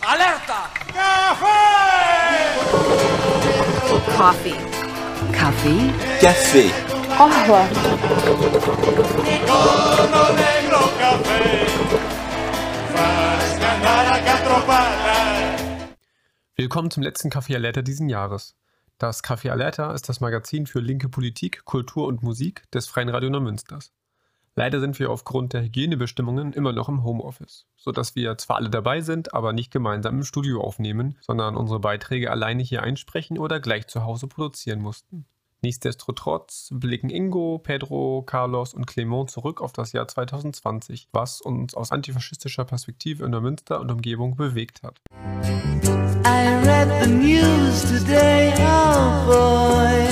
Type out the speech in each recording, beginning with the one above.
Alerta! Coffee. Kaffee. Café. Qahwa. Willkommen zum letzten Café Alerta diesen Jahres. Das Café Alerta ist das Magazin für linke Politik, Kultur und Musik des Freien Radio Neumünsters. Leider sind wir aufgrund der Hygienebestimmungen immer noch im Homeoffice, sodass wir zwar alle dabei sind, aber nicht gemeinsam im Studio aufnehmen, sondern unsere Beiträge alleine hier einsprechen oder gleich zu Hause produzieren mussten. Nichtsdestotrotz blicken Ingo, Pedro, Carlos und Clement zurück auf das Jahr 2020, was uns aus antifaschistischer Perspektive in Neumünster und Umgebung bewegt hat. I read the news today, oh boy.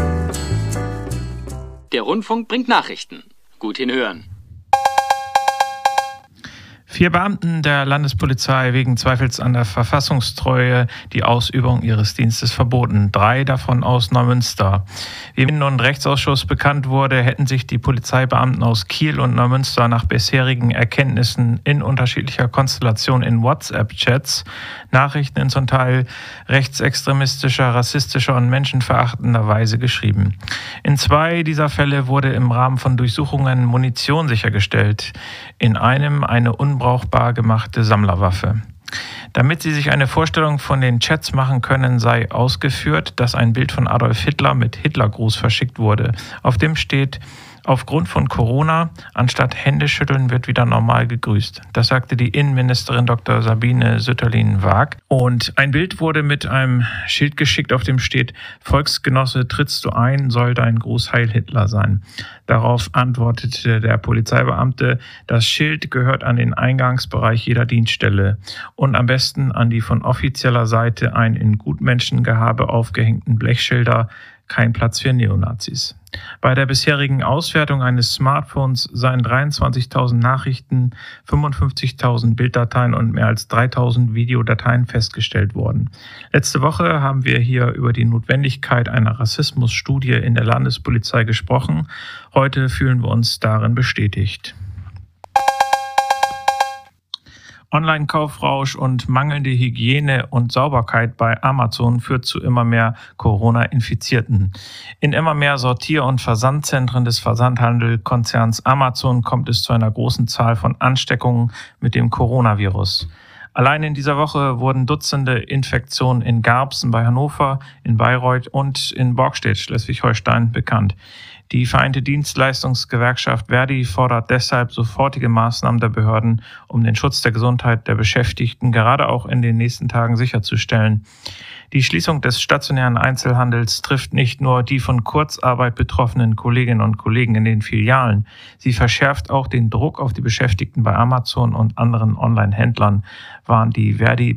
Der Rundfunk bringt Nachrichten. Gut hinhören. 4 Beamten der Landespolizei wegen Zweifels an der Verfassungstreue die Ausübung ihres Dienstes verboten. 3 davon aus Neumünster. Wie im Innen- und Rechtsausschuss bekannt wurde, hätten sich die Polizeibeamten aus Kiel und Neumünster nach bisherigen Erkenntnissen in unterschiedlicher Konstellation in WhatsApp-Chats Nachrichten in zum Teil rechtsextremistischer, rassistischer und menschenverachtender Weise geschrieben. In 2 dieser Fälle wurde im Rahmen von Durchsuchungen Munition sichergestellt. In einem eine unbrauchbar gemachte Sammlerwaffe. Damit Sie sich eine Vorstellung von den Chats machen können, sei ausgeführt, dass ein Bild von Adolf Hitler mit Hitlergruß verschickt wurde. Auf dem steht: Aufgrund von Corona, anstatt Händeschütteln wird wieder normal gegrüßt. Das sagte die Innenministerin Dr. Sabine Sütterlin-Waag. Und ein Bild wurde mit einem Schild geschickt, auf dem steht: Volksgenosse, trittst du ein, soll dein Gruß Heil Hitler sein. Darauf antwortete der Polizeibeamte: Das Schild gehört an den Eingangsbereich jeder Dienststelle und am besten an die von offizieller Seite ein in Gutmenschengehabe aufgehängten Blechschilder: Kein Platz für Neonazis. Bei der bisherigen Auswertung eines Smartphones seien 23.000 Nachrichten, 55.000 Bilddateien und mehr als 3.000 Videodateien festgestellt worden. Letzte Woche haben wir hier über die Notwendigkeit einer Rassismusstudie in der Landespolizei gesprochen. Heute fühlen wir uns darin bestätigt. Online-Kaufrausch und mangelnde Hygiene und Sauberkeit bei Amazon führt zu immer mehr Corona-Infizierten. In immer mehr Sortier- und Versandzentren des Versandhandelkonzerns Amazon kommt es zu einer großen Zahl von Ansteckungen mit dem Coronavirus. Allein in dieser Woche wurden Dutzende Infektionen in Garbsen bei Hannover, in Bayreuth und in Borgstedt, Schleswig-Holstein, bekannt. Die Vereinte Dienstleistungsgewerkschaft Verdi fordert deshalb sofortige Maßnahmen der Behörden, um den Schutz der Gesundheit der Beschäftigten gerade auch in den nächsten Tagen sicherzustellen. Die Schließung des stationären Einzelhandels trifft nicht nur die von Kurzarbeit betroffenen Kolleginnen und Kollegen in den Filialen. Sie verschärft auch den Druck auf die Beschäftigten bei Amazon und anderen Online-Händlern, warnt die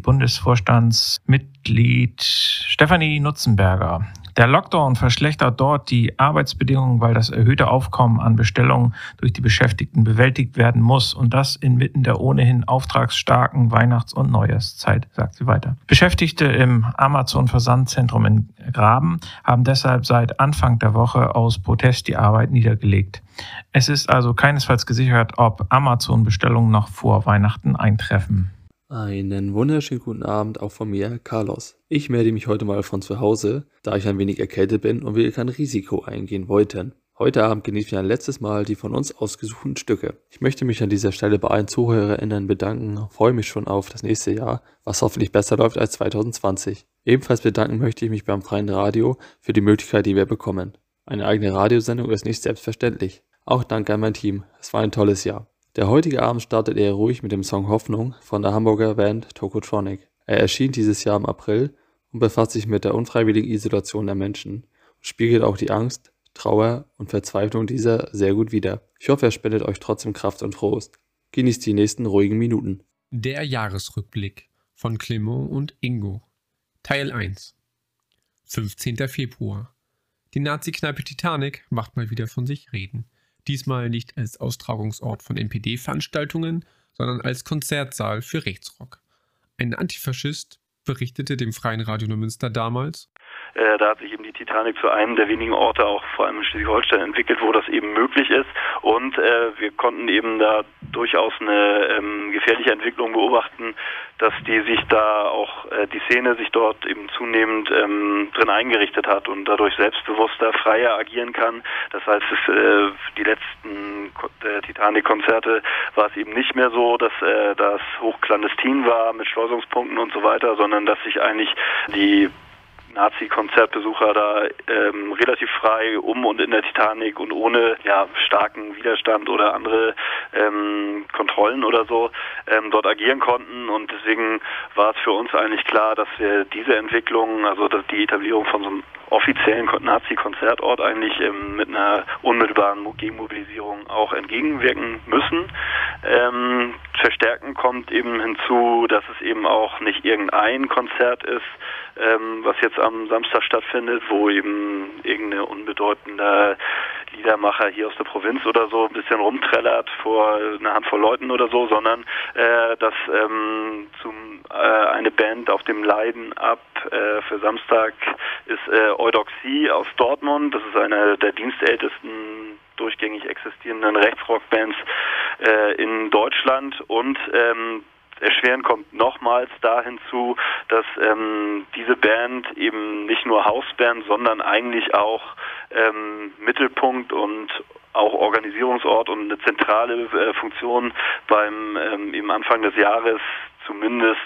Verdi-Bundesvorstandsmitglied Stefanie Nutzenberger. Der Lockdown verschlechtert dort die Arbeitsbedingungen, weil das erhöhte Aufkommen an Bestellungen durch die Beschäftigten bewältigt werden muss und das inmitten der ohnehin auftragsstarken Weihnachts- und Neujahrszeit, sagt sie weiter. Beschäftigte im Amazon-Versandzentrum in Graben haben deshalb seit Anfang der Woche aus Protest die Arbeit niedergelegt. Es ist also keinesfalls gesichert, ob Amazon-Bestellungen noch vor Weihnachten eintreffen. Einen wunderschönen guten Abend auch von mir, Carlos. Ich melde mich heute mal von zu Hause, da ich ein wenig erkältet bin und wir kein Risiko eingehen wollten. Heute Abend genießen wir ein letztes Mal die von uns ausgesuchten Stücke. Ich möchte mich an dieser Stelle bei allen ZuhörerInnen bedanken und freue mich schon auf das nächste Jahr, was hoffentlich besser läuft als 2020. Ebenfalls bedanken möchte ich mich beim Freien Radio für die Möglichkeit, die wir bekommen. Eine eigene Radiosendung ist nicht selbstverständlich. Auch danke an mein Team, es war ein tolles Jahr. Der heutige Abend startet eher ruhig mit dem Song Hoffnung von der Hamburger Band Tokotronic. Er erschien dieses Jahr im April und befasst sich mit der unfreiwilligen Isolation der Menschen und spiegelt auch die Angst, Trauer und Verzweiflung dieser sehr gut wider. Ich hoffe, er spendet euch trotzdem Kraft und Trost. Genießt die nächsten ruhigen Minuten. Der Jahresrückblick von Clement und Ingo. Teil 1. 15. Februar. Die Nazi-Kneipe Titanic macht mal wieder von sich reden. Diesmal nicht als Austragungsort von NPD-Veranstaltungen, sondern als Konzertsaal für Rechtsrock. Ein Antifaschist berichtete dem Freien Radio Neumünster damals: Da hat sich eben die Titanic zu einem der wenigen Orte, auch vor allem in Schleswig-Holstein, entwickelt, wo das eben möglich ist. Und wir konnten eben da durchaus eine gefährliche Entwicklung beobachten, dass die sich da auch, die Szene sich dort eben zunehmend drin eingerichtet hat und dadurch selbstbewusster, freier agieren kann. Das heißt, die letzten Titanic-Konzerte war es eben nicht mehr so, dass das hochklandestin war mit Schleusungspunkten und so weiter, sondern dass sich eigentlich die Nazi-Konzertbesucher da relativ frei und in der Titanic und ohne starken Widerstand oder andere Kontrollen oder so dort agieren konnten. Und deswegen war es für uns eigentlich klar, dass wir diese Entwicklung, also dass die Etablierung von so einem offiziellen Nazi-Konzertort eigentlich mit einer unmittelbaren Gegenmobilisierung auch entgegenwirken müssen. Verstärken kommt eben hinzu, dass es eben auch nicht irgendein Konzert ist, was jetzt am Samstag stattfindet, wo eben irgendeine unbedeutende Liedermacher hier aus der Provinz oder so ein bisschen rumträllert vor einer Handvoll Leuten oder so, sondern dass eine Band auf dem Line-Up für Samstag ist Eudoxie aus Dortmund. Das ist eine der dienstältesten durchgängig existierenden Rechtsrockbands in Deutschland und erschwerend kommt nochmals da hinzu, dass diese Band eben nicht nur Hausband, sondern eigentlich auch Mittelpunkt und auch Organisierungsort und eine zentrale Funktion beim im Anfang des Jahres zumindest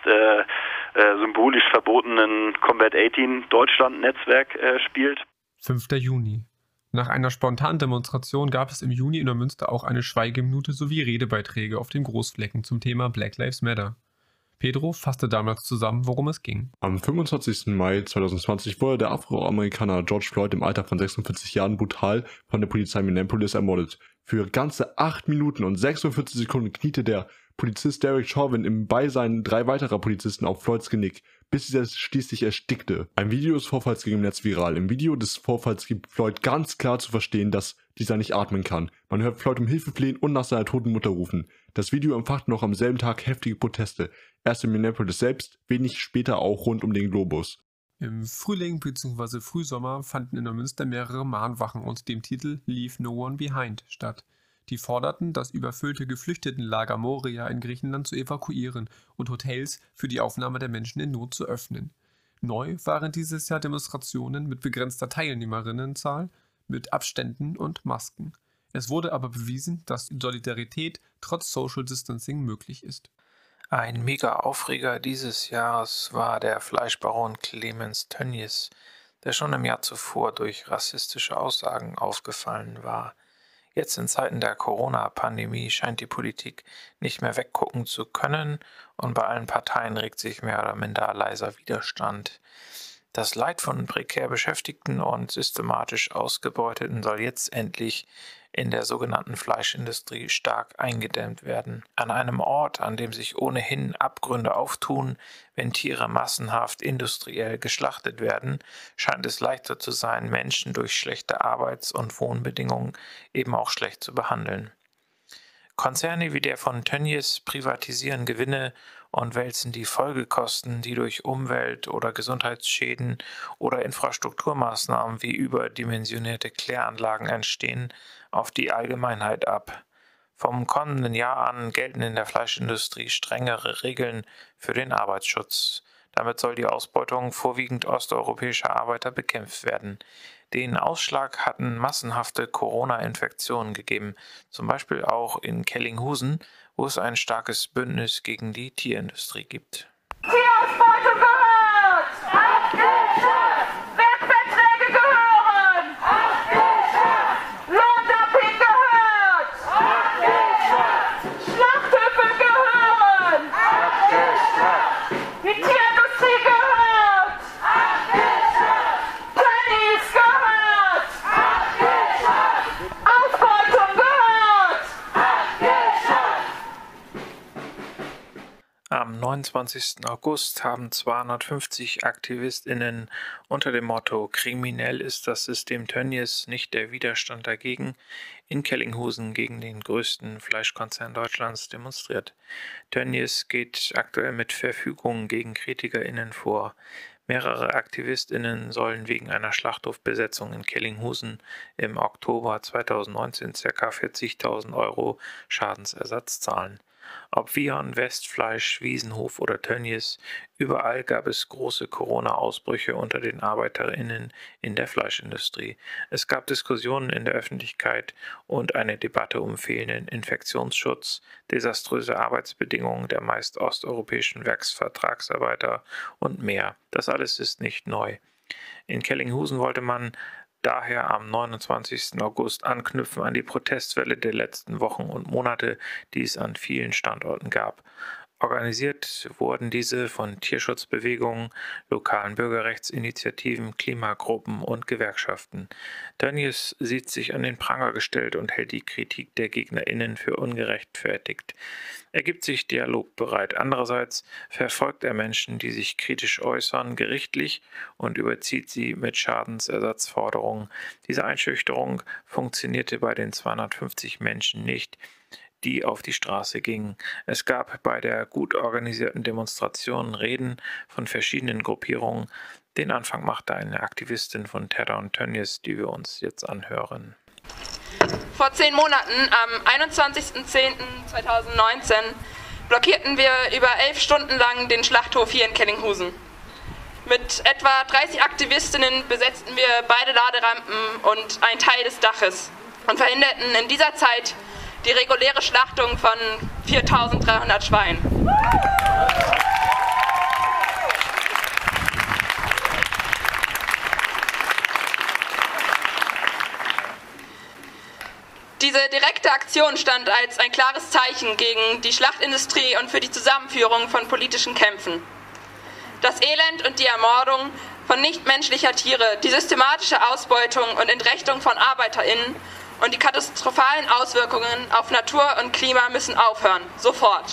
symbolisch verbotenen Combat 18 Deutschland-Netzwerk spielt. 5. Juni. Nach einer spontanen Demonstration gab es im Juni in Neumünster auch eine Schweigeminute sowie Redebeiträge auf den Großflecken zum Thema Black Lives Matter. Pedro fasste damals zusammen, worum es ging. Am 25. Mai 2020 wurde der Afroamerikaner George Floyd im Alter von 46 Jahren brutal von der Polizei Minneapolis ermordet. Für ganze 8 Minuten und 46 Sekunden kniete der Polizist Derek Chauvin im Beisein 3 weiterer Polizisten auf Floyds Genick, bis dieser schließlich erstickte. Ein Video des Vorfalls ging im Netz viral. Im Video des Vorfalls gibt Floyd ganz klar zu verstehen, dass dieser nicht atmen kann. Man hört Floyd um Hilfe flehen und nach seiner toten Mutter rufen. Das Video empfachte noch am selben Tag heftige Proteste. Erst in Minneapolis selbst, wenig später auch rund um den Globus. Im Frühling bzw. Frühsommer fanden in Neumünster mehrere Mahnwachen unter dem Titel Leave No One Behind statt. Die forderten, das überfüllte Geflüchtetenlager Moria in Griechenland zu evakuieren und Hotels für die Aufnahme der Menschen in Not zu öffnen. Neu waren dieses Jahr Demonstrationen mit begrenzter Teilnehmerinnenzahl, mit Abständen und Masken. Es wurde aber bewiesen, dass Solidarität trotz Social Distancing möglich ist. Ein Mega-Aufreger dieses Jahres war der Fleischbaron Clemens Tönnies, der schon im Jahr zuvor durch rassistische Aussagen aufgefallen war. Jetzt in Zeiten der Corona-Pandemie scheint die Politik nicht mehr weggucken zu können und bei allen Parteien regt sich mehr oder minder leiser Widerstand. Das Leid von prekär Beschäftigten und systematisch Ausgebeuteten soll jetzt endlich in der sogenannten Fleischindustrie stark eingedämmt werden. An einem Ort, an dem sich ohnehin Abgründe auftun, wenn Tiere massenhaft industriell geschlachtet werden, scheint es leichter zu sein, Menschen durch schlechte Arbeits- und Wohnbedingungen eben auch schlecht zu behandeln. Konzerne wie der von Tönnies privatisieren Gewinne und wälzen die Folgekosten, die durch Umwelt- oder Gesundheitsschäden oder Infrastrukturmaßnahmen wie überdimensionierte Kläranlagen entstehen, auf die Allgemeinheit ab. Vom kommenden Jahr an gelten in der Fleischindustrie strengere Regeln für den Arbeitsschutz. Damit soll die Ausbeutung vorwiegend osteuropäischer Arbeiter bekämpft werden. Den Ausschlag hatten massenhafte Corona-Infektionen gegeben, zum Beispiel auch in Kellinghusen, wo es ein starkes Bündnis gegen die Tierindustrie gibt. Tierausbeutung gehört! Abgeschafft! Werkverträge gehören! Abgeschafft! Lohndumping gehört! Abgeschafft! Schlachthöfe gehören! Abgeschafft! Die Tierindustrie gehört! Abgeschafft! Tönnies gehört! Abgeschafft! Ausbeutung gehört! Abgeschafft! Am 29. August haben 250 AktivistInnen unter dem Motto „Kriminell ist das System Tönnies, nicht der Widerstand dagegen“ in Kellinghusen gegen den größten Fleischkonzern Deutschlands demonstriert. Tönnies geht aktuell mit Verfügungen gegen KritikerInnen vor. Mehrere AktivistInnen sollen wegen einer Schlachthofbesetzung in Kellinghusen im Oktober 2019 ca. 40.000 € Schadensersatz zahlen. Ob Vion, Westfleisch, Wiesenhof oder Tönnies, überall gab es große Corona-Ausbrüche unter den ArbeiterInnen in der Fleischindustrie. Es gab Diskussionen in der Öffentlichkeit und eine Debatte um fehlenden Infektionsschutz, desaströse Arbeitsbedingungen der meist osteuropäischen Werksvertragsarbeiter und mehr. Das alles ist nicht neu. In Kellinghusen wollte man daher am 29. August anknüpfen an die Protestwelle der letzten Wochen und Monate, die es an vielen Standorten gab. Organisiert wurden diese von Tierschutzbewegungen, lokalen Bürgerrechtsinitiativen, Klimagruppen und Gewerkschaften. Tönnies sieht sich an den Pranger gestellt und hält die Kritik der GegnerInnen für ungerechtfertigt. Er gibt sich dialogbereit. Andererseits verfolgt er Menschen, die sich kritisch äußern, gerichtlich und überzieht sie mit Schadensersatzforderungen. Diese Einschüchterung funktionierte bei den 250 Menschen nicht, die auf die Straße gingen. Es gab bei der gut organisierten Demonstration Reden von verschiedenen Gruppierungen. Den Anfang machte eine Aktivistin von Terra und Tönnies, die wir uns jetzt anhören. Vor 10 Monaten, am 21.10.2019, blockierten wir über 11 Stunden lang den Schlachthof hier in Kellinghusen. Mit etwa 30 Aktivistinnen besetzten wir beide Laderampen und einen Teil des Daches und verhinderten in dieser Zeit die reguläre Schlachtung von 4.300 Schweinen. Diese direkte Aktion stand als ein klares Zeichen gegen die Schlachtindustrie und für die Zusammenführung von politischen Kämpfen. Das Elend und die Ermordung von nichtmenschlicher Tiere, die systematische Ausbeutung und Entrechtung von ArbeiterInnen und die katastrophalen Auswirkungen auf Natur und Klima müssen aufhören. Sofort.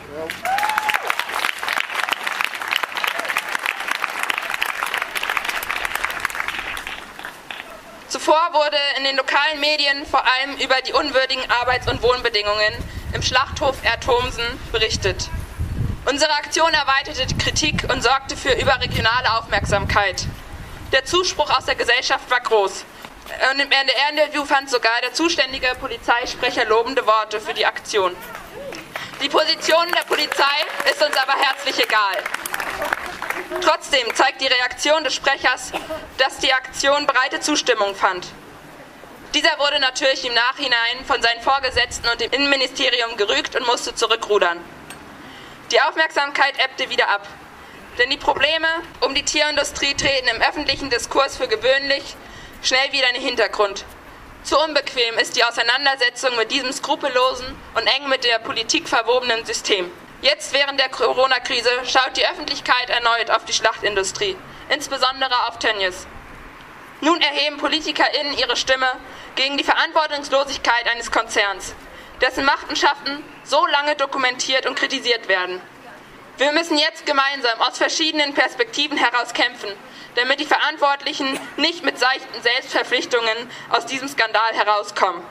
Zuvor wurde in den lokalen Medien vor allem über die unwürdigen Arbeits- und Wohnbedingungen im Schlachthof Erdhomsen berichtet. Unsere Aktion erweiterte die Kritik und sorgte für überregionale Aufmerksamkeit. Der Zuspruch aus der Gesellschaft war groß. Und im NDR-Interview fand sogar der zuständige Polizeisprecher lobende Worte für die Aktion. Die Position der Polizei ist uns aber herzlich egal. Trotzdem zeigt die Reaktion des Sprechers, dass die Aktion breite Zustimmung fand. Dieser wurde natürlich im Nachhinein von seinen Vorgesetzten und dem Innenministerium gerügt und musste zurückrudern. Die Aufmerksamkeit ebbte wieder ab. Denn die Probleme um die Tierindustrie treten im öffentlichen Diskurs für gewöhnlich schnell wieder in den Hintergrund. Zu unbequem ist die Auseinandersetzung mit diesem skrupellosen und eng mit der Politik verwobenen System. Jetzt während der Corona-Krise schaut die Öffentlichkeit erneut auf die Schlachtindustrie, insbesondere auf Tönnies. Nun erheben PolitikerInnen ihre Stimme gegen die Verantwortungslosigkeit eines Konzerns, dessen Machenschaften so lange dokumentiert und kritisiert werden. Wir müssen jetzt gemeinsam aus verschiedenen Perspektiven heraus kämpfen, damit die Verantwortlichen nicht mit seichten Selbstverpflichtungen aus diesem Skandal herauskommen.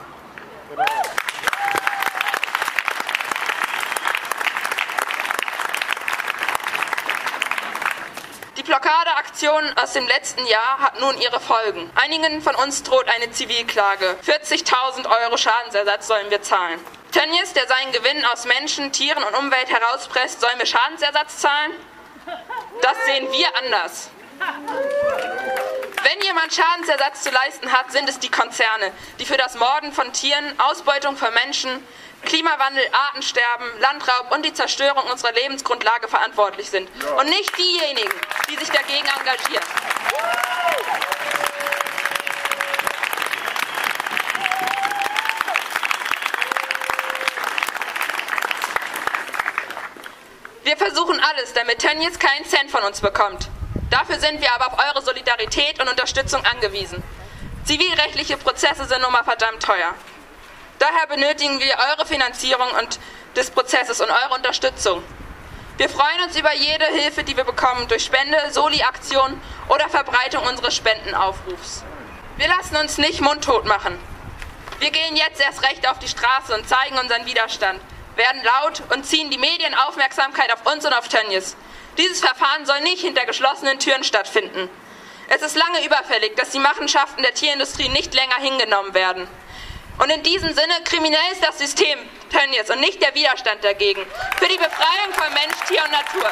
Die Blockadeaktion aus dem letzten Jahr hat nun ihre Folgen. Einigen von uns droht eine Zivilklage. 40.000 € Schadensersatz sollen wir zahlen. Tönnies, der seinen Gewinn aus Menschen, Tieren und Umwelt herauspresst, sollen wir Schadensersatz zahlen? Das sehen wir anders. Wenn jemand Schadensersatz zu leisten hat, sind es die Konzerne, die für das Morden von Tieren, Ausbeutung von Menschen, Klimawandel, Artensterben, Landraub und die Zerstörung unserer Lebensgrundlage verantwortlich sind. Und nicht diejenigen, die sich dagegen engagieren. Wir versuchen alles, damit Tönnies keinen Cent von uns bekommt. Dafür sind wir aber auf eure Solidarität und Unterstützung angewiesen. Zivilrechtliche Prozesse sind nun mal verdammt teuer. Daher benötigen wir eure Finanzierung und des Prozesses und eure Unterstützung. Wir freuen uns über jede Hilfe, die wir bekommen, durch Spende, Soli-Aktion oder Verbreitung unseres Spendenaufrufs. Wir lassen uns nicht mundtot machen. Wir gehen jetzt erst recht auf die Straße und zeigen unseren Widerstand, werden laut und ziehen die Medienaufmerksamkeit auf uns und auf Tönnies. Dieses Verfahren soll nicht hinter geschlossenen Türen stattfinden. Es ist lange überfällig, dass die Machenschaften der Tierindustrie nicht länger hingenommen werden. Und in diesem Sinne, kriminell ist das System, Tönnies, und nicht der Widerstand dagegen. Für die Befreiung von Mensch, Tier und Natur.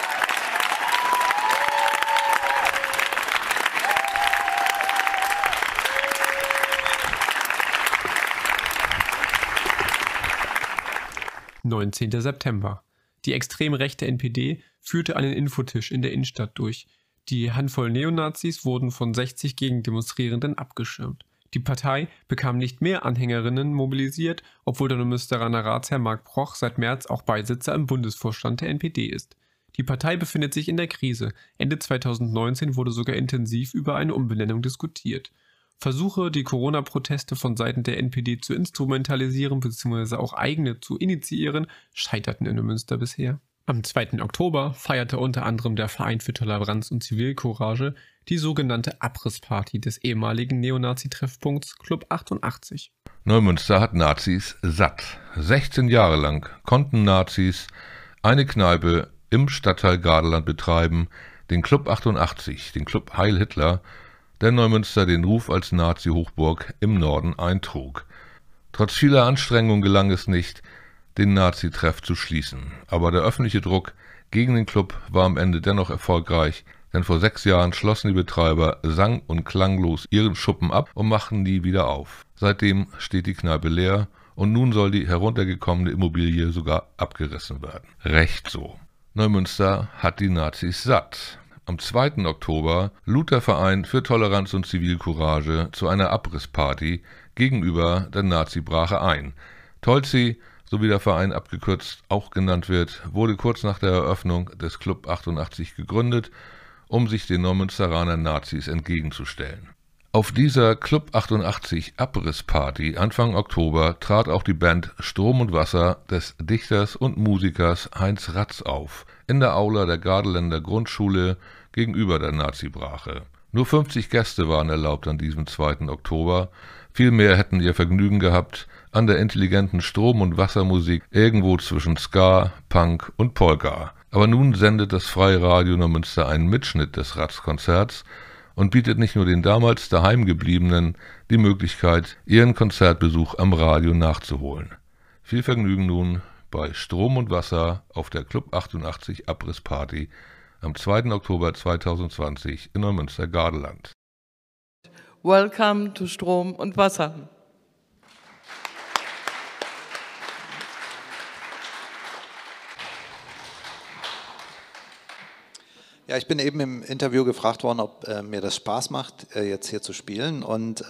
(19. September). Die extrem rechte NPD führte einen Infotisch in der Innenstadt durch. Die Handvoll Neonazis wurden von 60 Gegendemonstrierenden abgeschirmt. Die Partei bekam nicht mehr Anhängerinnen mobilisiert, obwohl der Neumünsteraner Ratsherr Marc Broch seit März auch Beisitzer im Bundesvorstand der NPD ist. Die Partei befindet sich in der Krise. Ende 2019 wurde sogar intensiv über eine Umbenennung diskutiert. Versuche, die Corona-Proteste von Seiten der NPD zu instrumentalisieren bzw. auch eigene zu initiieren, scheiterten in Neumünster bisher. Am 2. Oktober feierte unter anderem der Verein für Toleranz und Zivilcourage die sogenannte Abrissparty des ehemaligen Neonazi-Treffpunkts Club 88. Neumünster hat Nazis satt. 16 Jahre lang konnten Nazis eine Kneipe im Stadtteil Gardeland betreiben, den Club 88, den Club Heil Hitler, der Neumünster den Ruf als Nazi-Hochburg im Norden eintrug. Trotz vieler Anstrengungen gelang es nicht, den Nazi-Treff zu schließen. Aber der öffentliche Druck gegen den Club war am Ende dennoch erfolgreich, denn vor 6 Jahren schlossen die Betreiber sang- und klanglos ihren Schuppen ab und machten nie wieder auf. Seitdem steht die Kneipe leer und nun soll die heruntergekommene Immobilie sogar abgerissen werden. Recht so. Neumünster hat die Nazis satt. Am 2. Oktober lud der Verein für Toleranz und Zivilcourage zu einer Abrissparty gegenüber der Nazi-Brache ein. Tolzi, so wie der Verein abgekürzt auch genannt wird, wurde kurz nach der Eröffnung des Club 88 gegründet, um sich den Neumünsteraner Nazis entgegenzustellen. Auf dieser Club 88 Abrissparty Anfang Oktober trat auch die Band Strom und Wasser des Dichters und Musikers Heinz Ratz auf, in der Aula der Gardeländer Grundschule gegenüber der Nazi-Brache. Nur 50 Gäste waren erlaubt an diesem 2. Oktober, viel mehr hätten ihr Vergnügen gehabt an der intelligenten Strom- und Wassermusik irgendwo zwischen Ska, Punk und Polka. Aber nun sendet das Freie Radio Neumünster einen Mitschnitt des Ratz-Konzerts und bietet nicht nur den damals daheimgebliebenen die Möglichkeit, ihren Konzertbesuch am Radio nachzuholen. Viel Vergnügen nun bei Strom und Wasser auf der Club 88 Abrissparty am 2. Oktober 2020 in Neumünster-Gardeland. Welcome to Strom und Wasser. Ja, ich bin eben im Interview gefragt worden, ob mir das Spaß macht, jetzt hier zu spielen. Und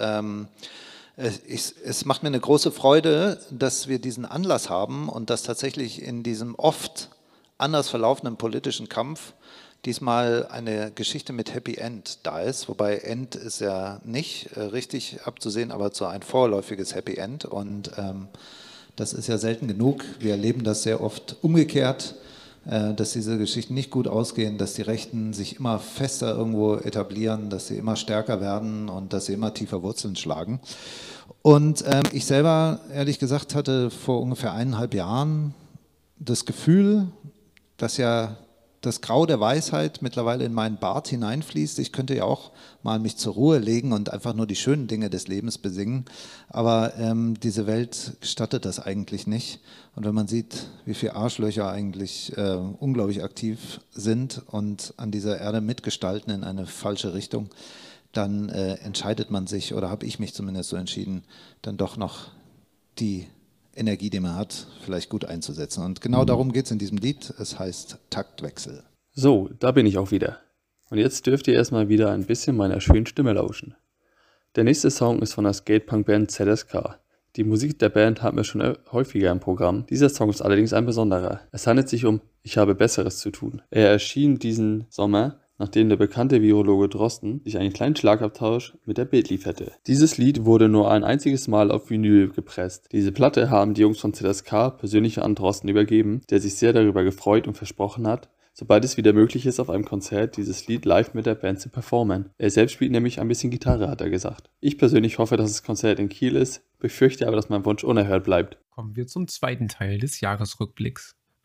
es macht mir eine große Freude, dass wir diesen Anlass haben und dass tatsächlich in diesem oft anders verlaufenden politischen Kampf diesmal eine Geschichte mit Happy End da ist. Wobei End ist ja nicht richtig abzusehen, aber so ein vorläufiges Happy End. Und das ist ja selten genug. Wir erleben das sehr oft umgekehrt, dass diese Geschichten nicht gut ausgehen, dass die Rechten sich immer fester irgendwo etablieren, dass sie immer stärker werden und dass sie immer tiefer Wurzeln schlagen. Und ich selber, ehrlich gesagt, hatte vor ungefähr 1,5 Jahren das Gefühl, dass ja das Grau der Weisheit mittlerweile in meinen Bart hineinfließt. Ich könnte ja auch mal mich zur Ruhe legen und einfach nur die schönen Dinge des Lebens besingen, aber diese Welt gestattet das eigentlich nicht. Und wenn man sieht, wie viele Arschlöcher eigentlich unglaublich aktiv sind und an dieser Erde mitgestalten in eine falsche Richtung, dann entscheidet man sich, oder habe ich mich zumindest so entschieden, dann doch noch die Energie, die man hat, vielleicht gut einzusetzen. Und genau darum geht es in diesem Lied. Es heißt Taktwechsel. So, da bin ich auch wieder. Und jetzt dürft ihr erstmal wieder ein bisschen meiner schönen Stimme lauschen. Der nächste Song ist von der Skatepunk-Band ZSK. Die Musik der Band haben wir schon häufiger im Programm. Dieser Song ist allerdings ein besonderer. Es handelt sich um Ich habe Besseres zu tun. Er erschien diesen Sommer, nachdem der bekannte Virologe Drosten sich einen kleinen Schlagabtausch mit der Bild lieferte. Dieses Lied wurde nur ein einziges Mal auf Vinyl gepresst. Diese Platte haben die Jungs von ZSK persönlich an Drosten übergeben, der sich sehr darüber gefreut und versprochen hat, sobald es wieder möglich ist, auf einem Konzert dieses Lied live mit der Band zu performen. Er selbst spielt nämlich ein bisschen Gitarre, hat er gesagt. Ich persönlich hoffe, dass das Konzert in Kiel ist, befürchte aber, dass mein Wunsch unerhört bleibt. Kommen wir zum zweiten Teil des Jahresrückblicks.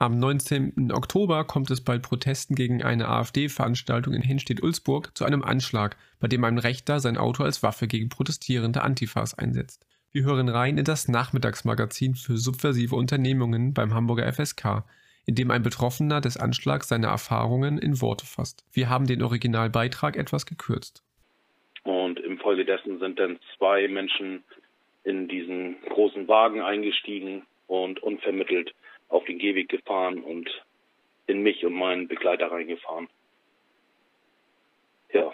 Am 19. Oktober kommt es bei Protesten gegen eine AfD-Veranstaltung in Henstedt-Ulzburg zu einem Anschlag, bei dem ein Rechter sein Auto als Waffe gegen protestierende Antifas einsetzt. Wir hören rein in das Nachmittagsmagazin für subversive Unternehmungen beim Hamburger FSK, in dem ein Betroffener des Anschlags seine Erfahrungen in Worte fasst. Wir haben den Originalbeitrag etwas gekürzt. Und infolgedessen sind dann 2 Menschen in diesen großen Wagen eingestiegen und unvermittelt auf den Gehweg gefahren und in mich und meinen Begleiter reingefahren. Ja.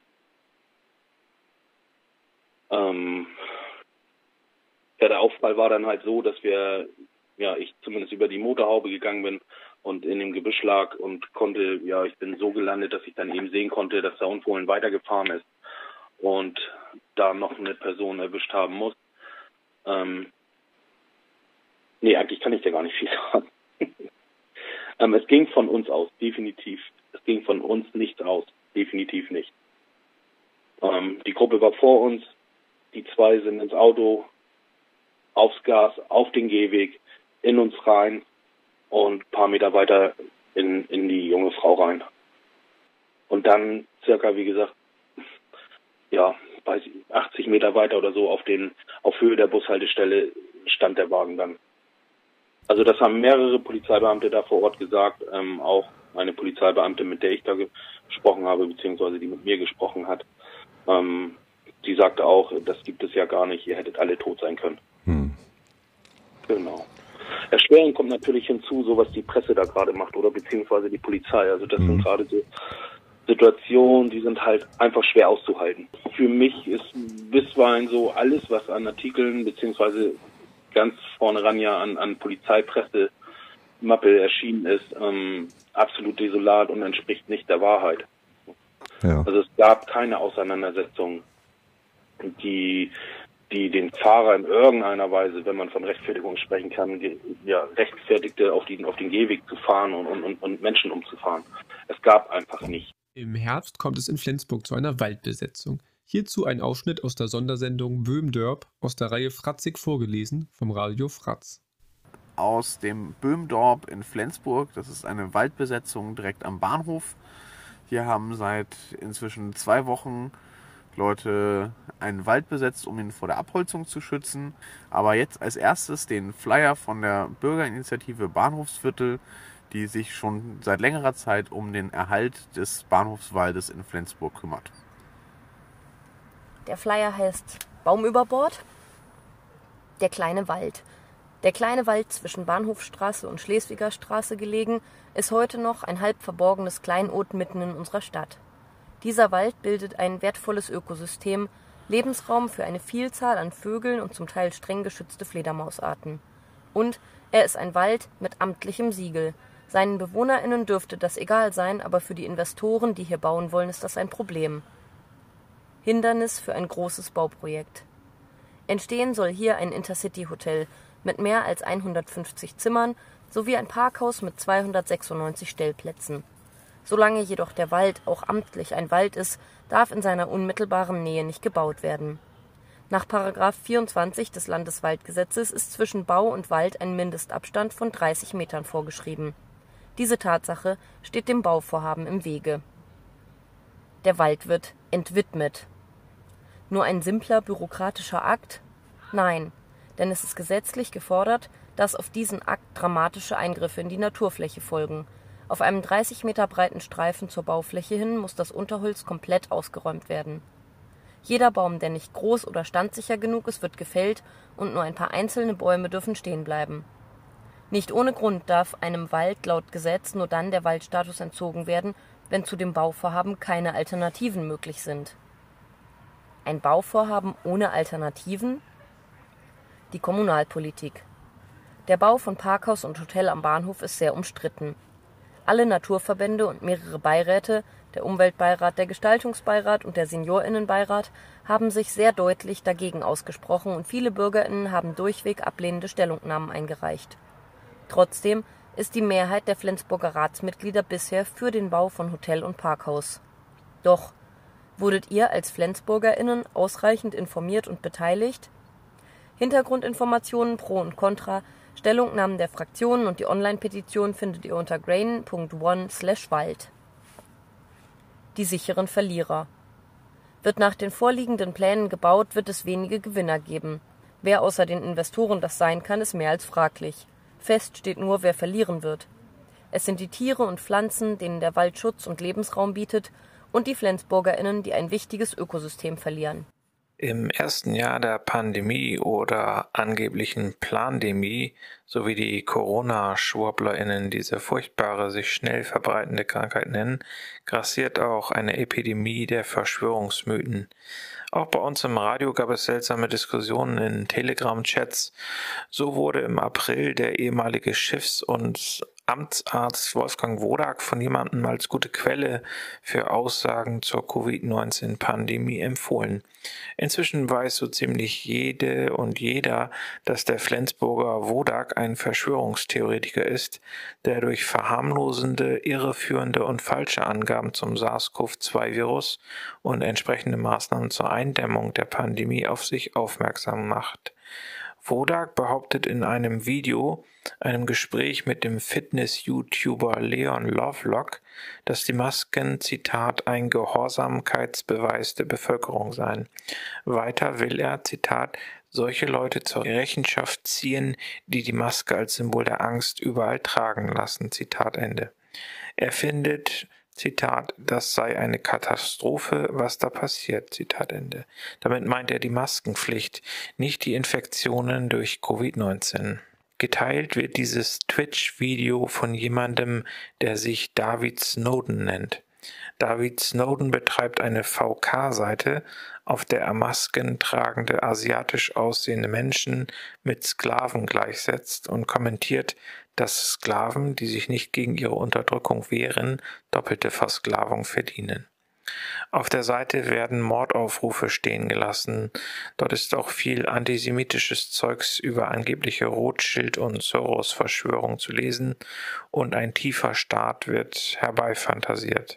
Der Aufprall war dann halt so, dass ich zumindest über die Motorhaube gegangen bin und in dem Gebüsch lag und konnte, ich bin so gelandet, dass ich dann eben sehen konnte, dass der Unfall weitergefahren ist und da noch eine Person erwischt haben muss. Eigentlich kann ich dir gar nicht viel sagen. Es ging von uns aus, definitiv. Es ging von uns nichts aus, definitiv nicht. Die Gruppe war vor uns, die 2 sind ins Auto, aufs Gas, auf den Gehweg, in uns rein und ein paar Meter weiter in die junge Frau rein. Und dann circa, wie gesagt, 80 Meter weiter oder so auf Höhe der Bushaltestelle stand der Wagen dann. Also das haben mehrere Polizeibeamte da vor Ort gesagt, auch eine Polizeibeamte, mit der ich da gesprochen habe, beziehungsweise die mit mir gesprochen hat. Die sagte auch, das gibt es ja gar nicht, ihr hättet alle tot sein können. Genau. Erschwerend kommt natürlich hinzu, so was die Presse da gerade macht oder beziehungsweise die Polizei. Also das sind gerade so Situationen, die sind halt einfach schwer auszuhalten. Für mich ist bisweilen so alles, was an Artikeln beziehungsweise ganz vorne ran an Polizeipresse Mappe erschienen ist, absolut desolat und entspricht nicht der Wahrheit. Ja. Also es gab keine Auseinandersetzung, die den Fahrer in irgendeiner Weise, wenn man von Rechtfertigung sprechen kann, rechtfertigte, auf den Gehweg zu fahren und Menschen umzufahren. Es gab einfach nicht. Im Herbst kommt es in Flensburg zu einer Waldbesetzung. Hierzu ein Ausschnitt aus der Sondersendung Böhmdorp aus der Reihe Fratzig vorgelesen vom Radio Fratz. Aus dem Böhmdorp in Flensburg, das ist eine Waldbesetzung direkt am Bahnhof. Hier haben seit inzwischen 2 Wochen Leute einen Wald besetzt, um ihn vor der Abholzung zu schützen. Aber jetzt als erstes den Flyer von der Bürgerinitiative Bahnhofsviertel, die sich schon seit längerer Zeit um den Erhalt des Bahnhofswaldes in Flensburg kümmert. Der Flyer heißt Baum über Bord, der kleine Wald. Der kleine Wald zwischen Bahnhofstraße und Schleswiger Straße gelegen, ist heute noch ein halb verborgenes Kleinod mitten in unserer Stadt. Dieser Wald bildet ein wertvolles Ökosystem, Lebensraum für eine Vielzahl an Vögeln und zum Teil streng geschützte Fledermausarten. Und er ist ein Wald mit amtlichem Siegel. Seinen BewohnerInnen dürfte das egal sein, aber für die Investoren, die hier bauen wollen, ist das ein Problem. Hindernis für ein großes Bauprojekt. Entstehen soll hier ein Intercity-Hotel mit mehr als 150 Zimmern sowie ein Parkhaus mit 296 Stellplätzen. Solange jedoch der Wald auch amtlich ein Wald ist, darf in seiner unmittelbaren Nähe nicht gebaut werden. Nach § 24 des Landeswaldgesetzes ist zwischen Bau und Wald ein Mindestabstand von 30 Metern vorgeschrieben. Diese Tatsache steht dem Bauvorhaben im Wege. Der Wald wird entwidmet. Nur ein simpler bürokratischer Akt? Nein, denn es ist gesetzlich gefordert, dass auf diesen Akt dramatische Eingriffe in die Naturfläche folgen. Auf einem 30 Meter breiten Streifen zur Baufläche hin muss das Unterholz komplett ausgeräumt werden. Jeder Baum, der nicht groß oder standsicher genug ist, wird gefällt und nur ein paar einzelne Bäume dürfen stehen bleiben. Nicht ohne Grund darf einem Wald laut Gesetz nur dann der Waldstatus entzogen werden, wenn zu dem Bauvorhaben keine Alternativen möglich sind. Ein Bauvorhaben ohne Alternativen? Die Kommunalpolitik. Der Bau von Parkhaus und Hotel am Bahnhof ist sehr umstritten. Alle Naturverbände und mehrere Beiräte, der Umweltbeirat, der Gestaltungsbeirat und der SeniorInnenbeirat, haben sich sehr deutlich dagegen ausgesprochen und viele BürgerInnen haben durchweg ablehnende Stellungnahmen eingereicht. Trotzdem ist die Mehrheit der Flensburger Ratsmitglieder bisher für den Bau von Hotel und Parkhaus. Doch, wurdet ihr als FlensburgerInnen ausreichend informiert und beteiligt? Hintergrundinformationen pro und contra Stellungnahmen der Fraktionen und die Online-Petition findet ihr unter grain.one/Wald. Die sicheren Verlierer. Wird nach den vorliegenden Plänen gebaut, wird es wenige Gewinner geben. Wer außer den Investoren das sein kann, ist mehr als fraglich. Fest steht nur, wer verlieren wird. Es sind die Tiere und Pflanzen, denen der Wald Schutz und Lebensraum bietet, und die FlensburgerInnen, die ein wichtiges Ökosystem verlieren. Im ersten Jahr der Pandemie oder angeblichen Plandemie sowie die Corona-SchwurblerInnen diese furchtbare, sich schnell verbreitende Krankheit nennen, grassiert auch eine Epidemie der Verschwörungsmythen. Auch bei uns im Radio gab es seltsame Diskussionen in Telegram-Chats. So wurde im April der ehemalige Schiffs- und Amtsarzt Wolfgang Wodak von jemandem als gute Quelle für Aussagen zur Covid-19-Pandemie empfohlen. Inzwischen weiß so ziemlich jede und jeder, dass der Flensburger Wodak ein Verschwörungstheoretiker ist, der durch verharmlosende, irreführende und falsche Angaben zum SARS-CoV-2-Virus und entsprechende Maßnahmen zur Eindämmung der Pandemie auf sich aufmerksam macht. Wodak behauptet in einem Video, einem Gespräch mit dem Fitness-YouTuber Leon Lovelock, dass die Masken, Zitat, ein Gehorsamkeitsbeweis der Bevölkerung seien. Weiter will er, Zitat, solche Leute zur Rechenschaft ziehen, die die Maske als Symbol der Angst überall tragen lassen, Zitat Ende. Er findet, Zitat, das sei eine Katastrophe, was da passiert, Zitat Ende. Damit meint er die Maskenpflicht, nicht die Infektionen durch Covid-19. Geteilt wird dieses Twitch-Video von jemandem, der sich David Snowden nennt. David Snowden betreibt eine VK-Seite, auf der er Masken tragende asiatisch aussehende Menschen mit Sklaven gleichsetzt und kommentiert, dass Sklaven, die sich nicht gegen ihre Unterdrückung wehren, doppelte Versklavung verdienen. Auf der Seite werden Mordaufrufe stehen gelassen. Dort ist auch viel antisemitisches Zeugs über angebliche Rothschild- und Soros-Verschwörung zu lesen und ein tiefer Staat wird herbeifantasiert.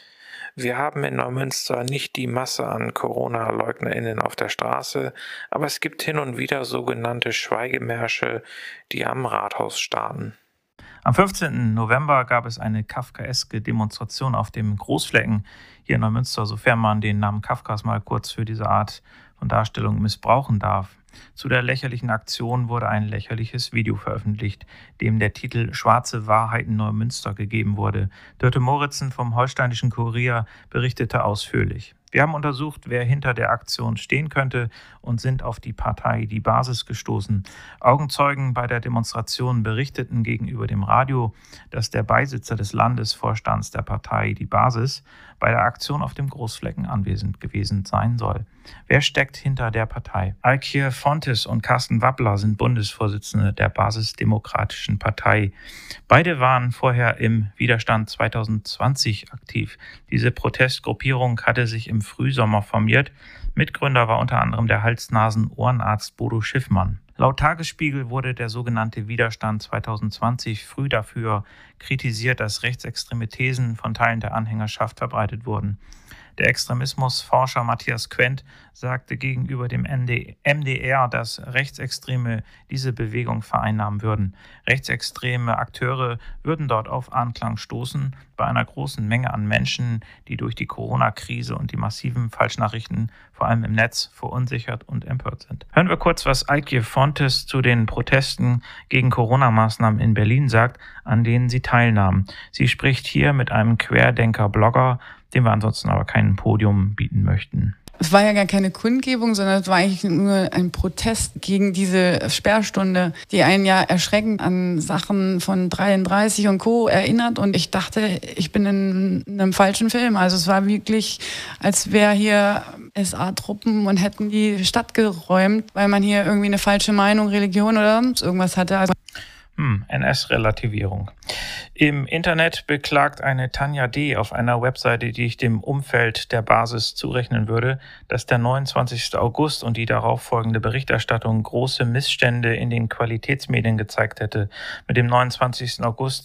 Wir haben in Neumünster nicht die Masse an Corona-LeugnerInnen auf der Straße, aber es gibt hin und wieder sogenannte Schweigemärsche, die am Rathaus starten. Am 15. November gab es eine kafkaeske Demonstration auf dem Großflecken hier in Neumünster, sofern man den Namen Kafkas mal kurz für diese Art von Darstellung missbrauchen darf. Zu der lächerlichen Aktion wurde ein lächerliches Video veröffentlicht, dem der Titel »Schwarze Wahrheiten Neumünster« gegeben wurde. Dörte Moritzen vom Holsteinischen Kurier berichtete ausführlich. Wir haben untersucht, wer hinter der Aktion stehen könnte und sind auf die Partei Die Basis gestoßen. Augenzeugen bei der Demonstration berichteten gegenüber dem Radio, dass der Beisitzer des Landesvorstands der Partei Die Basis bei der Aktion auf dem Großflecken anwesend gewesen sein soll. Wer steckt hinter der Partei? Alkir Fontes und Carsten Wappler sind Bundesvorsitzende der Basisdemokratischen Partei. Beide waren vorher im Widerstand 2020 aktiv. Diese Protestgruppierung hatte sich im Frühsommer formiert. Mitgründer war unter anderem der Hals-Nasen-Ohrenarzt Bodo Schiffmann. Laut Tagesspiegel wurde der sogenannte Widerstand 2020 früh dafür kritisiert, dass rechtsextreme Thesen von Teilen der Anhängerschaft verbreitet wurden. Der Extremismusforscher Matthias Quent sagte gegenüber dem MDR, dass Rechtsextreme diese Bewegung vereinnahmen würden. Rechtsextreme Akteure würden dort auf Anklang stoßen bei einer großen Menge an Menschen, die durch die Corona-Krise und die massiven Falschnachrichten vor allem im Netz verunsichert und empört sind. Hören wir kurz, was Alkir Fontes zu den Protesten gegen Corona-Maßnahmen in Berlin sagt, an denen sie teilnahmen. Sie spricht hier mit einem Querdenker-Blogger, dem wir ansonsten aber kein Podium bieten möchten. Es war ja gar keine Kundgebung, sondern es war eigentlich nur ein Protest gegen diese Sperrstunde, die einen ja erschreckend an Sachen von 33 und Co. erinnert. Und ich dachte, ich bin in einem falschen Film. Also es war wirklich, als wäre hier SA-Truppen und hätten die Stadt geräumt, weil man hier irgendwie eine falsche Meinung, Religion oder irgendwas hatte. Also NS-Relativierung. Im Internet beklagt eine Tanja D. auf einer Webseite, die ich dem Umfeld der Basis zurechnen würde, dass der 29. August und die darauffolgende Berichterstattung große Missstände in den Qualitätsmedien gezeigt hätte. Mit dem 29. August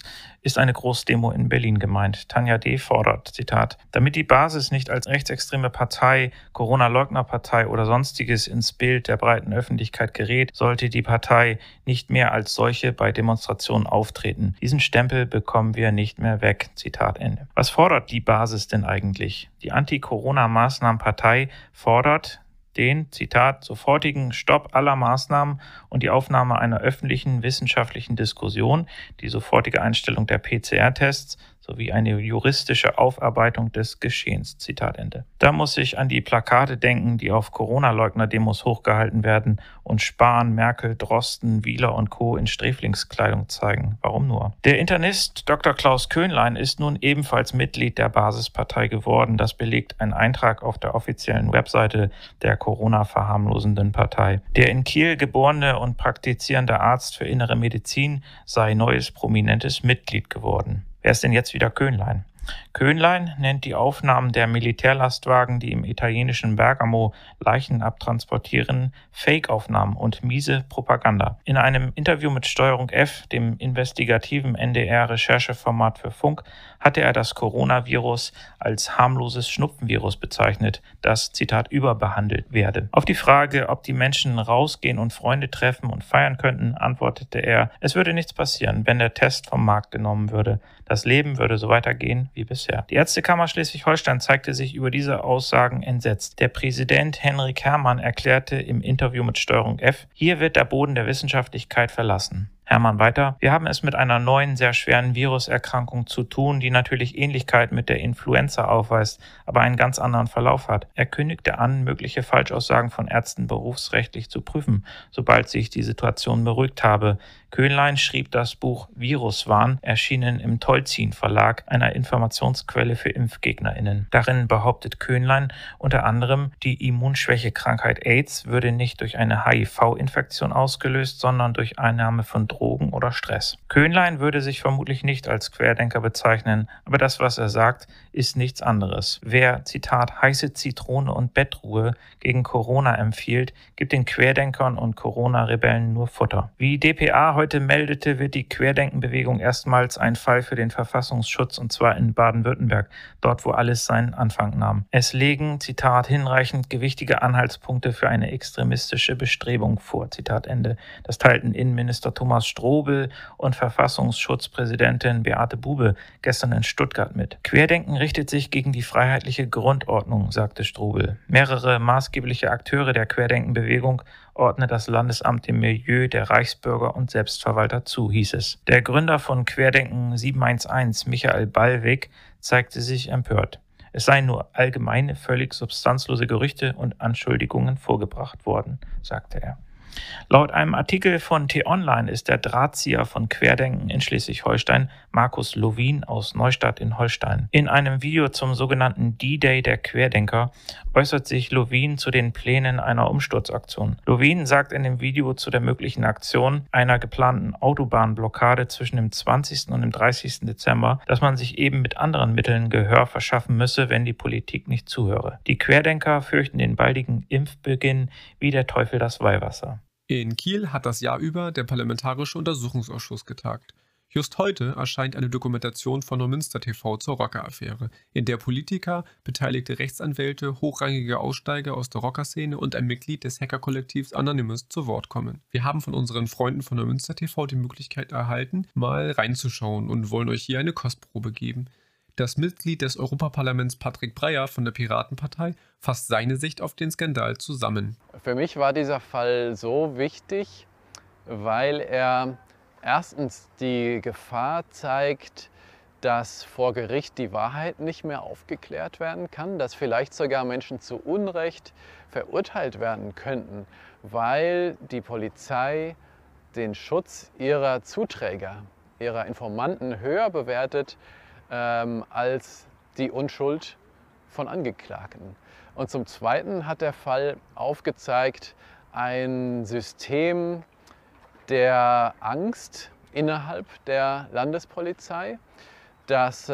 ist eine Großdemo in Berlin gemeint. Tanja D. fordert, Zitat, damit die Basis nicht als rechtsextreme Partei, Corona-Leugner-Partei oder sonstiges ins Bild der breiten Öffentlichkeit gerät, sollte die Partei nicht mehr als solche bei Demonstrationen auftreten. Diesen Stempel bekommen wir nicht mehr weg. Zitat Ende. Was fordert die Basis denn eigentlich? Die Anti-Corona-Maßnahmen-Partei fordert den, Zitat, sofortigen Stopp aller Maßnahmen und die Aufnahme einer öffentlichen wissenschaftlichen Diskussion, die sofortige Einstellung der PCR-Tests sowie eine juristische Aufarbeitung des Geschehens. Zitat Ende. Da muss ich an die Plakate denken, die auf Corona-Leugner-Demos hochgehalten werden und Spahn, Merkel, Drosten, Wieler und Co. in Sträflingskleidung zeigen. Warum nur? Der Internist Dr. Klaus Köhnlein ist nun ebenfalls Mitglied der Basispartei geworden. Das belegt ein Eintrag auf der offiziellen Webseite der Corona-verharmlosenden Partei. Der in Kiel geborene und praktizierende Arzt für Innere Medizin sei neues prominentes Mitglied geworden. Wer ist denn jetzt wieder Köhnlein? Köhnlein nennt die Aufnahmen der Militärlastwagen, die im italienischen Bergamo Leichen abtransportieren, Fake-Aufnahmen und miese Propaganda. In einem Interview mit Steuerung F, dem investigativen NDR-Rechercheformat für Funk, hatte er das Coronavirus als harmloses Schnupfenvirus bezeichnet, das, Zitat, überbehandelt werde. Auf die Frage, ob die Menschen rausgehen und Freunde treffen und feiern könnten, antwortete er, es würde nichts passieren, wenn der Test vom Markt genommen würde. Das Leben würde so weitergehen wie bisher. Die Ärztekammer Schleswig-Holstein zeigte sich über diese Aussagen entsetzt. Der Präsident Henrik Herrmann erklärte im Interview mit Steuerung F, hier wird der Boden der Wissenschaftlichkeit verlassen. Herrmann weiter, wir haben es mit einer neuen, sehr schweren Viruserkrankung zu tun, die natürlich Ähnlichkeit mit der Influenza aufweist, aber einen ganz anderen Verlauf hat. Er kündigte an, mögliche Falschaussagen von Ärzten berufsrechtlich zu prüfen, sobald sich die Situation beruhigt habe. Köhnlein schrieb das Buch Viruswahn, erschienen im Tolzin Verlag, einer Informationsquelle für ImpfgegnerInnen. Darin behauptet Köhnlein unter anderem, die Immunschwächekrankheit AIDS würde nicht durch eine HIV-Infektion ausgelöst, sondern durch Einnahme von Drogen oder Stress. Köhnlein würde sich vermutlich nicht als Querdenker bezeichnen, aber das, was er sagt, ist nichts anderes. Wer, Zitat, heiße Zitrone und Bettruhe gegen Corona empfiehlt, gibt den Querdenkern und Corona-Rebellen nur Futter. Wie dpa heute meldete, wird die Querdenkenbewegung erstmals ein Fall für den Verfassungsschutz, und zwar in Baden-Württemberg, dort wo alles seinen Anfang nahm. Es legen, Zitat, hinreichend gewichtige Anhaltspunkte für eine extremistische Bestrebung vor, Zitat Ende. Das teilten Innenminister Thomas Strobel und Verfassungsschutzpräsidentin Beate Bube gestern in Stuttgart mit. Querdenken richtet sich gegen die freiheitliche Grundordnung, sagte Strobel. Mehrere maßgebliche Akteure der Querdenkenbewegung ordnet das Landesamt dem Milieu der Reichsbürger und Selbstverwalter zu, hieß es. Der Gründer von Querdenken 711, Michael Ballweg, zeigte sich empört. Es seien nur allgemeine, völlig substanzlose Gerüchte und Anschuldigungen vorgebracht worden, sagte er. Laut einem Artikel von T-Online ist der Drahtzieher von Querdenken in Schleswig-Holstein Markus Lovin aus Neustadt in Holstein. In einem Video zum sogenannten D-Day der Querdenker äußert sich Lovin zu den Plänen einer Umsturzaktion. Lovin sagt in dem Video zu der möglichen Aktion einer geplanten Autobahnblockade zwischen dem 20. und dem 30. Dezember, dass man sich eben mit anderen Mitteln Gehör verschaffen müsse, wenn die Politik nicht zuhöre. Die Querdenker fürchten den baldigen Impfbeginn wie der Teufel das Weihwasser. In Kiel hat das Jahr über der Parlamentarische Untersuchungsausschuss getagt. Just heute erscheint eine Dokumentation von Neumünster TV zur Rocker-Affäre, in der Politiker, beteiligte Rechtsanwälte, hochrangige Aussteiger aus der Rockerszene und ein Mitglied des Hackerkollektivs Anonymous zu Wort kommen. Wir haben von unseren Freunden von Neumünster TV die Möglichkeit erhalten, mal reinzuschauen und wollen euch hier eine Kostprobe geben. Das Mitglied des Europaparlaments Patrick Breyer von der Piratenpartei fasst seine Sicht auf den Skandal zusammen. Für mich war dieser Fall so wichtig, weil er erstens die Gefahr zeigt, dass vor Gericht die Wahrheit nicht mehr aufgeklärt werden kann, dass vielleicht sogar Menschen zu Unrecht verurteilt werden könnten, weil die Polizei den Schutz ihrer Zuträger, ihrer Informanten höher bewertet als die Unschuld von Angeklagten. Und zum Zweiten hat der Fall aufgezeigt, ein System der Angst innerhalb der Landespolizei, dass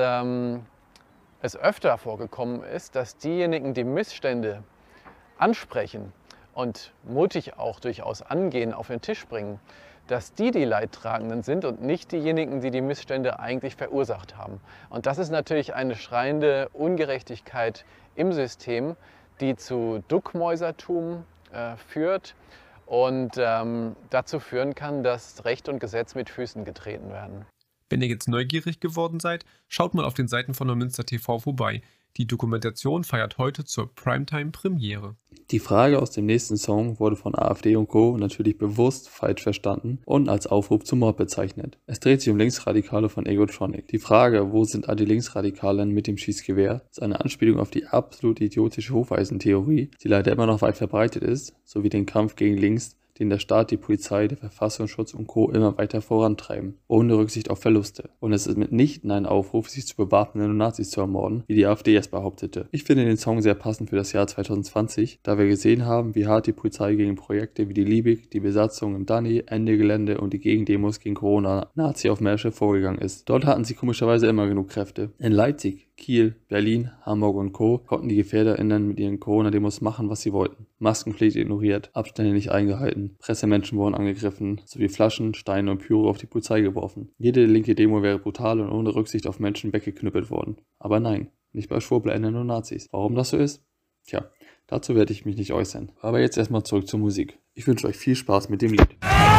es öfter vorgekommen ist, dass diejenigen, die Missstände ansprechen und mutig auch durchaus angehen, auf den Tisch bringen, dass die Leidtragenden sind und nicht diejenigen, die die Missstände eigentlich verursacht haben. Und das ist natürlich eine schreiende Ungerechtigkeit im System, die zu Duckmäusertum führt und dazu führen kann, dass Recht und Gesetz mit Füßen getreten werden. Wenn ihr jetzt neugierig geworden seid, schaut mal auf den Seiten von Neumünster TV vorbei. Die Dokumentation feiert heute zur Primetime-Premiere. Die Frage aus dem nächsten Song wurde von AfD und Co. natürlich bewusst falsch verstanden und als Aufruf zum Mord bezeichnet. Es dreht sich um Linksradikale von Egotronic. Die Frage, wo sind all die Linksradikalen mit dem Schießgewehr, ist eine Anspielung auf die absolut idiotische Hufeisentheorie, die leider immer noch weit verbreitet ist, sowie den Kampf gegen Links, den der Staat, die Polizei, der Verfassungsschutz und Co. immer weiter vorantreiben, ohne Rücksicht auf Verluste. Und es ist mitnichten ein Aufruf, sich zu bewaffnen und Nazis zu ermorden, wie die AfD es behauptete. Ich finde den Song sehr passend für das Jahr 2020, da wir gesehen haben, wie hart die Polizei gegen Projekte wie die Liebig, die Besatzung im Danny, Ende Gelände und die Gegendemos gegen Corona-Nazi-Aufmärsche vorgegangen ist. Dort hatten sie komischerweise immer genug Kräfte. In Leipzig, Kiel, Berlin, Hamburg und Co. konnten die GefährderInnen mit ihren Corona-Demos machen, was sie wollten. Maskenpflicht ignoriert, Abstände nicht eingehalten, Pressemenschen wurden angegriffen, sowie Flaschen, Steine und Pyro auf die Polizei geworfen. Jede linke Demo wäre brutal und ohne Rücksicht auf Menschen weggeknüppelt worden. Aber nein, nicht bei SchwurblerInnen und Nazis. Warum das so ist? Tja, dazu werde ich mich nicht äußern. Aber jetzt erstmal zurück zur Musik. Ich wünsche euch viel Spaß mit dem Lied.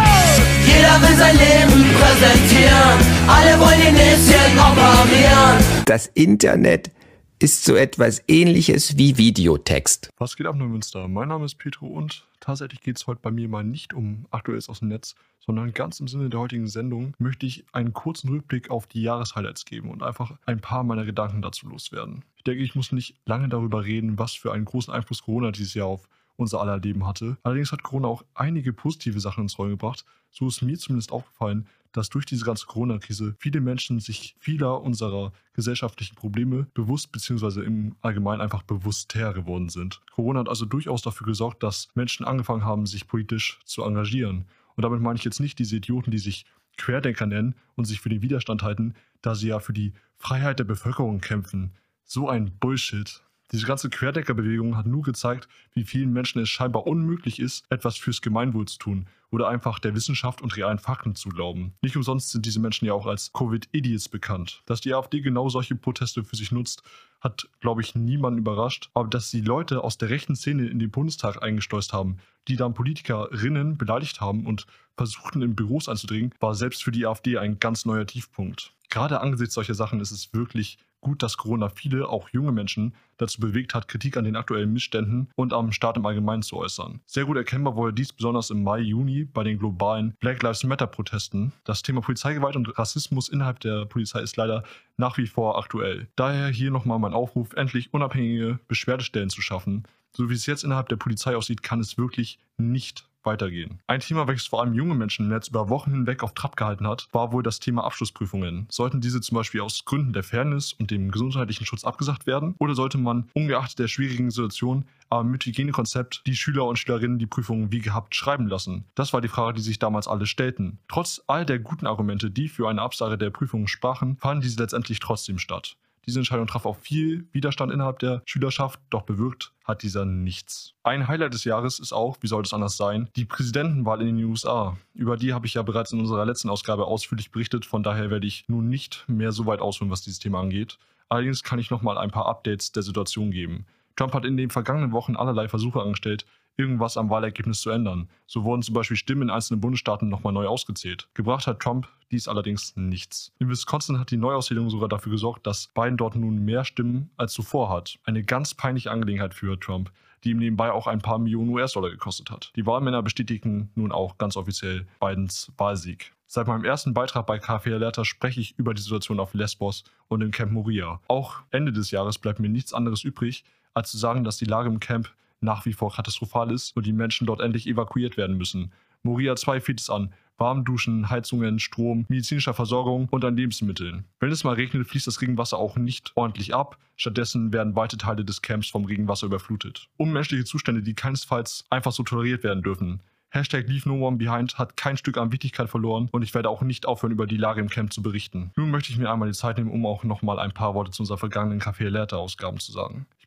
Jeder will sein Leben präsentieren, alle wollen die Näschen operieren. Das Internet ist so etwas Ähnliches wie Videotext. Was geht ab, Neumünster? Mein Name ist Petro und tatsächlich geht es heute bei mir mal nicht um Aktuelles aus dem Netz, sondern ganz im Sinne der heutigen Sendung möchte ich einen kurzen Rückblick auf die Jahreshighlights geben und einfach ein paar meiner Gedanken dazu loswerden. Ich denke, ich muss nicht lange darüber reden, was für einen großen Einfluss Corona dieses Jahr auf unser aller Leben hatte. Allerdings hat Corona auch einige positive Sachen ins Rollen gebracht. So ist mir zumindest aufgefallen, dass durch diese ganze Corona-Krise viele Menschen sich vieler unserer gesellschaftlichen Probleme bewusst bzw. im Allgemeinen einfach bewusster geworden sind. Corona hat also durchaus dafür gesorgt, dass Menschen angefangen haben, sich politisch zu engagieren. Und damit meine ich jetzt nicht diese Idioten, die sich Querdenker nennen und sich für den Widerstand halten, da sie ja für die Freiheit der Bevölkerung kämpfen. So ein Bullshit. Diese ganze Querdenkerbewegung hat nur gezeigt, wie vielen Menschen es scheinbar unmöglich ist, etwas fürs Gemeinwohl zu tun oder einfach der Wissenschaft und realen Fakten zu glauben. Nicht umsonst sind diese Menschen ja auch als Covid-Idiots bekannt. Dass die AfD genau solche Proteste für sich nutzt, hat, glaube ich, niemanden überrascht. Aber dass die Leute aus der rechten Szene in den Bundestag eingeschleust haben, die dann Politikerinnen beleidigt haben und versuchten, in Büros einzudringen, war selbst für die AfD ein ganz neuer Tiefpunkt. Gerade angesichts solcher Sachen ist es wirklich gut, dass Corona viele, auch junge Menschen, dazu bewegt hat, Kritik an den aktuellen Missständen und am Staat im Allgemeinen zu äußern. Sehr gut erkennbar wurde dies besonders im Mai, Juni bei den globalen Black Lives Matter-Protesten. Das Thema Polizeigewalt und Rassismus innerhalb der Polizei ist leider nach wie vor aktuell. Daher hier nochmal mein Aufruf, endlich unabhängige Beschwerdestellen zu schaffen. So wie es jetzt innerhalb der Polizei aussieht, kann es wirklich nicht weitergehen. Ein Thema, welches vor allem junge Menschen im Netz über Wochen hinweg auf Trab gehalten hat, war wohl das Thema Abschlussprüfungen. Sollten diese zum Beispiel aus Gründen der Fairness und dem gesundheitlichen Schutz abgesagt werden? Oder sollte man, ungeachtet der schwierigen Situation, aber mit Hygienekonzept die Schüler und Schülerinnen die Prüfungen wie gehabt schreiben lassen? Das war die Frage, die sich damals alle stellten. Trotz all der guten Argumente, die für eine Absage der Prüfungen sprachen, fanden diese letztendlich trotzdem statt. Diese Entscheidung traf auf viel Widerstand innerhalb der Schülerschaft, doch bewirkt hat dieser nichts. Ein Highlight des Jahres ist auch, wie soll es anders sein, die Präsidentenwahl in den USA. Über die habe ich ja bereits in unserer letzten Ausgabe ausführlich berichtet, von daher werde ich nun nicht mehr so weit ausholen, was dieses Thema angeht. Allerdings kann ich nochmal ein paar Updates der Situation geben. Trump hat in den vergangenen Wochen allerlei Versuche angestellt, irgendwas am Wahlergebnis zu ändern. So wurden zum Beispiel Stimmen in einzelnen Bundesstaaten nochmal neu ausgezählt. Gebracht hat Trump dies allerdings nichts. In Wisconsin hat die Neuauszählung sogar dafür gesorgt, dass Biden dort nun mehr Stimmen als zuvor hat. Eine ganz peinliche Angelegenheit für Trump, die ihm nebenbei auch ein paar Millionen US-Dollar gekostet hat. Die Wahlmänner bestätigen nun auch ganz offiziell Bidens Wahlsieg. Seit meinem ersten Beitrag bei Café Alerta spreche ich über die Situation auf Lesbos und im Camp Moria. Auch Ende des Jahres bleibt mir nichts anderes übrig, als zu sagen, dass die Lage im Camp nach wie vor katastrophal ist und die Menschen dort endlich evakuiert werden müssen. Moria 2 fehlt es an Warmduschen, Heizungen, Strom, medizinischer Versorgung und an Lebensmitteln. Wenn es mal regnet, fließt das Regenwasser auch nicht ordentlich ab. Stattdessen werden weite Teile des Camps vom Regenwasser überflutet. Unmenschliche Zustände, die keinesfalls einfach so toleriert werden dürfen. #LeaveNoOneBehind hat kein Stück an Wichtigkeit verloren und ich werde auch nicht aufhören, über die Lage im Camp zu berichten. Nun möchte ich mir einmal die Zeit nehmen, um auch nochmal ein paar Worte zu unserer vergangenen Café Alerta Ausgaben zu sagen. Ich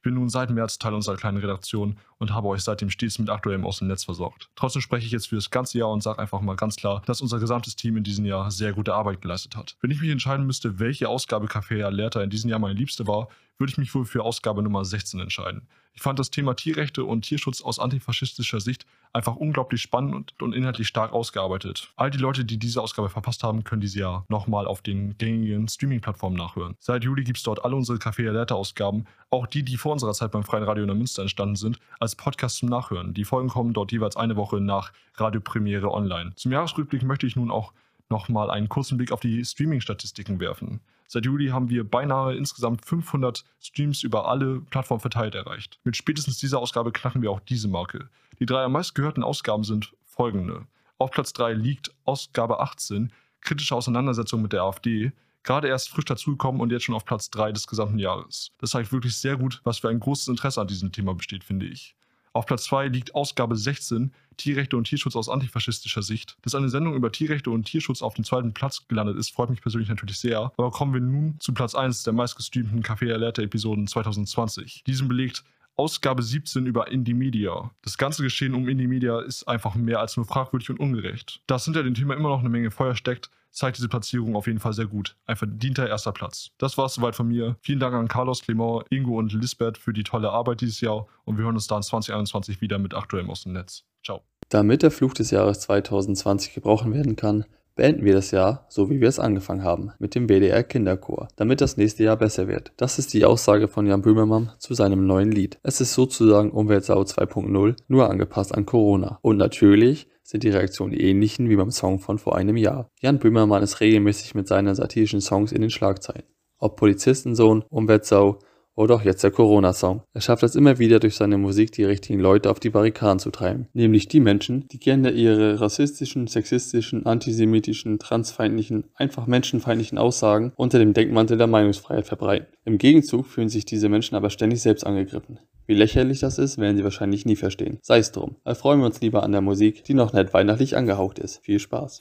Ich bin nun seit März Teil unserer kleinen Redaktion und habe euch seitdem stets mit Aktuellem aus dem Netz versorgt. Trotzdem spreche ich jetzt für das ganze Jahr und sage einfach mal ganz klar, dass unser gesamtes Team in diesem Jahr sehr gute Arbeit geleistet hat. Wenn ich mich entscheiden müsste, welche Ausgabe Café Alerta in diesem Jahr meine liebste war, würde ich mich wohl für Ausgabe Nummer 16 entscheiden. Ich fand das Thema Tierrechte und Tierschutz aus antifaschistischer Sicht einfach unglaublich spannend und inhaltlich stark ausgearbeitet. All die Leute, die diese Ausgabe verpasst haben, können dieses Jahr nochmal auf den gängigen Streaming-Plattformen nachhören. Seit Juli gibt es dort alle unsere Café Alerta-Ausgaben, auch die vor unserer Zeit beim Freien Radio Neumünster entstanden sind, als Podcast zum Nachhören. Die Folgen kommen dort jeweils eine Woche nach Radiopremiere online. Zum Jahresrückblick möchte ich nun auch nochmal einen kurzen Blick auf die Streaming-Statistiken werfen. Seit Juli haben wir beinahe insgesamt 500 Streams über alle Plattformen verteilt erreicht. Mit spätestens dieser Ausgabe knacken wir auch diese Marke. Die 3 am meisten gehörten Ausgaben sind folgende. Auf Platz 3 liegt Ausgabe 18, kritische Auseinandersetzung mit der AfD, gerade erst frisch dazugekommen und jetzt schon auf Platz 3 des gesamten Jahres. Das zeigt wirklich sehr gut, was für ein großes Interesse an diesem Thema besteht, finde ich. Auf Platz 2 liegt Ausgabe 16, Tierrechte und Tierschutz aus antifaschistischer Sicht. Dass eine Sendung über Tierrechte und Tierschutz auf dem 2. Platz gelandet ist, freut mich persönlich natürlich sehr. Aber kommen wir nun zu Platz 1 der meistgestreamten Café Alerta-Episoden 2020. Diesen belegt Ausgabe 17 über Indie Media. Das ganze Geschehen um Indie Media ist einfach mehr als nur fragwürdig und ungerecht. Da hinter dem Thema immer noch eine Menge Feuer steckt, zeigt diese Platzierung auf jeden Fall sehr gut. Ein verdienter 1. Platz. Das war es soweit von mir. Vielen Dank an Carlos, Clement, Ingo und Lisbeth für die tolle Arbeit dieses Jahr und wir hören uns dann 2021 wieder mit Aktuellem aus dem Netz. Ciao. Damit der Fluch des Jahres 2020 gebrochen werden kann, beenden wir das Jahr, so wie wir es angefangen haben, mit dem WDR Kinderchor, damit das nächste Jahr besser wird. Das ist die Aussage von Jan Böhmermann zu seinem neuen Lied. Es ist sozusagen Umweltsau 2.0, nur angepasst an Corona. Und natürlich sind die Reaktionen die ähnlichen wie beim Song von vor einem Jahr. Jan Böhmermann ist regelmäßig mit seinen satirischen Songs in den Schlagzeilen. Ob Polizistensohn, Umweltsau oder auch jetzt der Corona-Song. Er schafft es immer wieder durch seine Musik, die richtigen Leute auf die Barrikaden zu treiben. Nämlich die Menschen, die gerne ihre rassistischen, sexistischen, antisemitischen, transfeindlichen, einfach menschenfeindlichen Aussagen unter dem Deckmantel der Meinungsfreiheit verbreiten. Im Gegenzug fühlen sich diese Menschen aber ständig selbst angegriffen. Wie lächerlich das ist, werden sie wahrscheinlich nie verstehen. Sei es drum. Erfreuen wir uns lieber an der Musik, die noch nett weihnachtlich angehaucht ist. Viel Spaß.